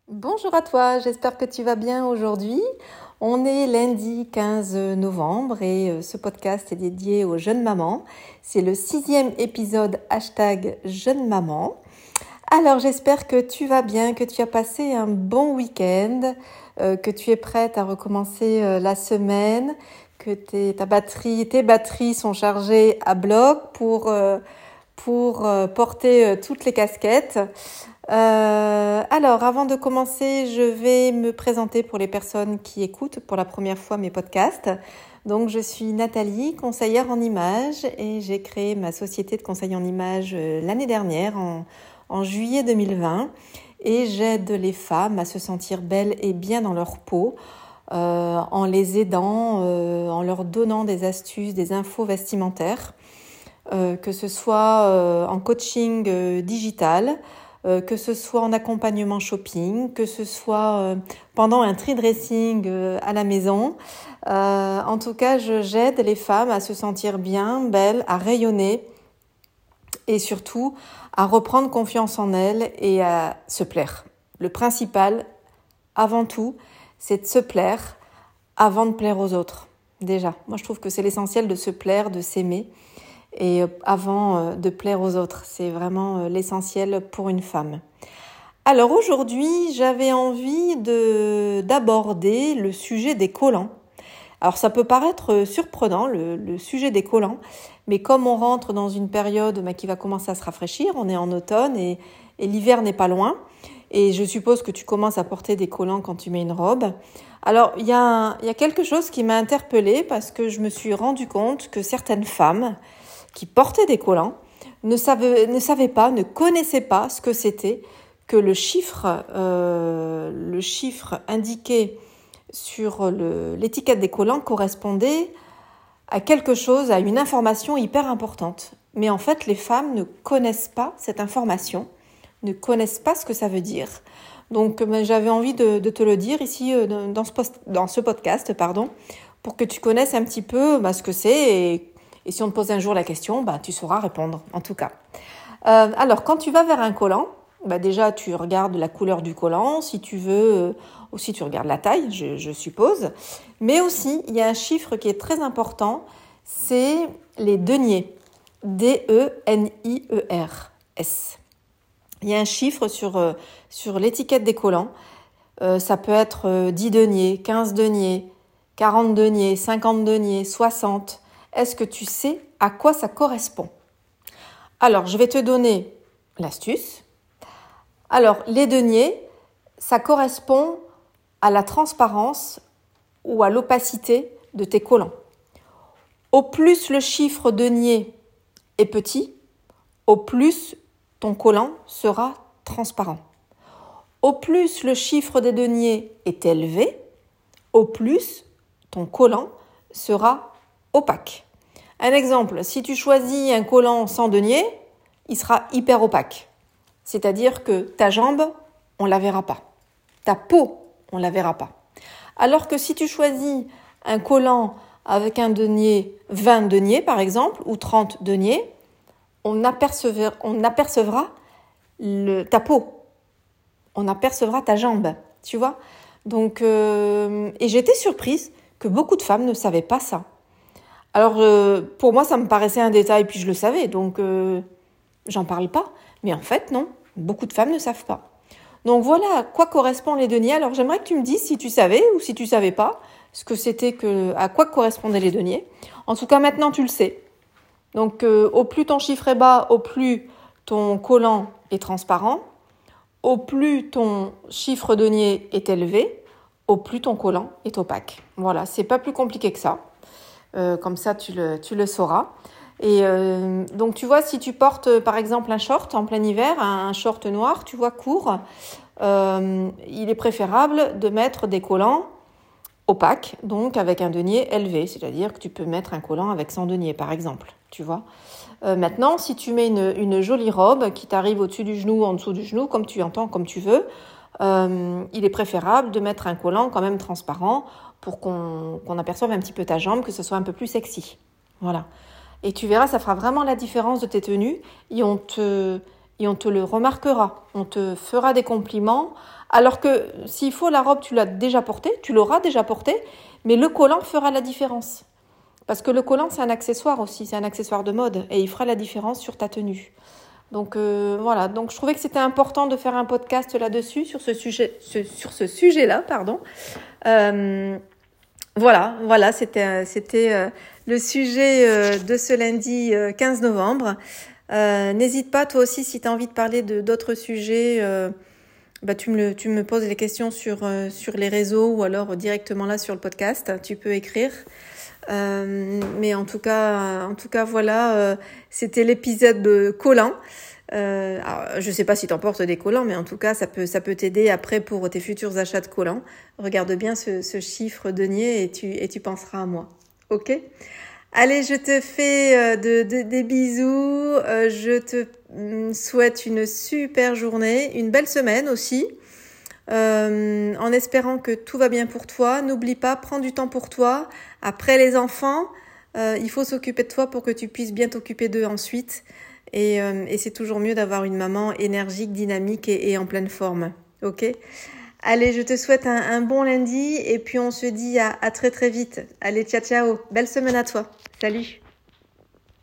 Bonjour à toi, j'espère que tu vas bien aujourd'hui. On est lundi 15 novembre et ce podcast est dédié aux jeunes mamans. C'est le 6e épisode #jeune maman. Alors j'espère que tu vas bien, que tu as passé un bon week-end, que tu es prête à recommencer la semaine, que tes batteries sont chargées à bloc pour porter toutes les casquettes. Alors, avant de commencer, je vais me présenter pour les personnes qui écoutent pour la première fois mes podcasts. Donc, je suis Nathalie, conseillère en images, et j'ai créé ma société de conseil en images l'année dernière, en juillet 2020. Et j'aide les femmes à se sentir belles et bien dans leur peau, en les aidant, en leur donnant des astuces, des infos vestimentaires, que ce soit en coaching digital, que ce soit en accompagnement shopping, que ce soit pendant un tri dressing à la maison. En tout cas, j'aide les femmes à se sentir bien, belles, à rayonner et surtout à reprendre confiance en elles et à se plaire. Le principal, avant tout, c'est de se plaire avant de plaire aux autres. Déjà, moi je trouve que c'est l'essentiel de se plaire, de s'aimer. Et avant de plaire aux autres, c'est vraiment l'essentiel pour une femme. Alors aujourd'hui, j'avais envie d'aborder le sujet des collants. Alors ça peut paraître surprenant, le sujet des collants, mais comme on rentre dans une période qui va commencer à se rafraîchir, on est en automne et l'hiver n'est pas loin, et je suppose que tu commences à porter des collants quand tu mets une robe. Alors il y a quelque chose qui m'a interpellée parce que je me suis rendu compte que certaines femmes qui portaient des collants ne savaient pas, ne connaissaient pas ce que c'était que le chiffre indiqué sur l'étiquette des collants correspondait à quelque chose, à une information hyper importante. Mais en fait, les femmes ne connaissent pas cette information, ne connaissent pas ce que ça veut dire. Donc, j'avais envie de te le dire ici dans ce podcast, pour que tu connaisses un petit peu ce que c'est et si on te pose un jour la question, tu sauras répondre, en tout cas. Alors, quand tu vas vers un collant, déjà, tu regardes la couleur du collant. Si tu veux, aussi, tu regardes la taille, je suppose. Mais aussi, il y a un chiffre qui est très important, c'est les deniers. D-E-N-I-E-R-S. Il y a un chiffre sur l'étiquette des collants. Ça peut être 10 deniers, 15 deniers, 40 deniers, 50 deniers, 60. Est-ce que tu sais à quoi ça correspond ? Alors, je vais te donner l'astuce. Alors, les deniers, ça correspond à la transparence ou à l'opacité de tes collants. Au plus le chiffre denier est petit, au plus ton collant sera transparent. Au plus le chiffre des deniers est élevé, au plus ton collant sera opaque. Un exemple, si tu choisis un collant sans denier, il sera hyper opaque. C'est-à-dire que ta jambe, on ne la verra pas. Ta peau, on ne la verra pas. Alors que si tu choisis un collant avec un denier, 20 deniers par exemple, ou 30 deniers, on apercevra ta peau. On apercevra ta jambe, tu vois. Donc, et j'étais surprise que beaucoup de femmes ne savaient pas ça. Alors, pour moi, ça me paraissait un détail, puis je le savais, donc j'en parle pas. Mais en fait, non, beaucoup de femmes ne savent pas. Donc voilà à quoi correspondent les deniers. Alors, j'aimerais que tu me dises si tu savais ou si tu savais pas ce que c'était à quoi correspondaient les deniers. En tout cas, maintenant, tu le sais. Donc, au plus ton chiffre est bas, au plus ton collant est transparent. Au plus ton chiffre denier est élevé, au plus ton collant est opaque. Voilà, c'est pas plus compliqué que ça. Comme ça, tu le sauras. Et donc, tu vois, si tu portes, par exemple, un short en plein hiver, un short noir, tu vois, court, il est préférable de mettre des collants opaques, donc avec un denier élevé. C'est-à-dire que tu peux mettre un collant avec 100 deniers, par exemple, tu vois. Maintenant, si tu mets une jolie robe qui t'arrive au-dessus du genou, en dessous du genou, comme tu entends, comme tu veux, il est préférable de mettre un collant quand même transparent pour qu'on aperçoive un petit peu ta jambe, que ce soit un peu plus sexy. Voilà. Et tu verras, ça fera vraiment la différence de tes tenues et on te et on te le remarquera. On te fera des compliments. Alors que s'il faut, la robe, tu l'as déjà portée, tu l'auras déjà portée, mais le collant fera la différence. Parce que le collant, c'est un accessoire aussi, c'est un accessoire de mode et il fera la différence sur ta tenue. Donc voilà, donc je trouvais que c'était important de faire un podcast là-dessus, sur ce sujet-là, pardon. Voilà, c'était le sujet de ce lundi 15 novembre. N'hésite pas, toi aussi, si tu as envie de parler d'autres sujets, tu me poses les questions sur les réseaux ou alors directement là sur le podcast. Tu peux écrire. Mais en tout cas voilà, c'était l'épisode de collants. Alors, je sais pas si t'en portes des collants, mais en tout cas ça peut t'aider après pour tes futurs achats de collants. Regarde bien ce chiffre denier et tu penseras à moi. Ok? Allez, je te fais des bisous. Je te souhaite une super journée, une belle semaine aussi. En espérant que tout va bien pour toi. N'oublie pas, prends du temps pour toi. Après les enfants, il faut s'occuper de toi pour que tu puisses bien t'occuper d'eux ensuite. Et c'est toujours mieux d'avoir une maman énergique, dynamique et en pleine forme. Ok ? Allez, je te souhaite un bon lundi et puis on se dit à très très vite. Allez, ciao ciao. Belle semaine à toi. Salut.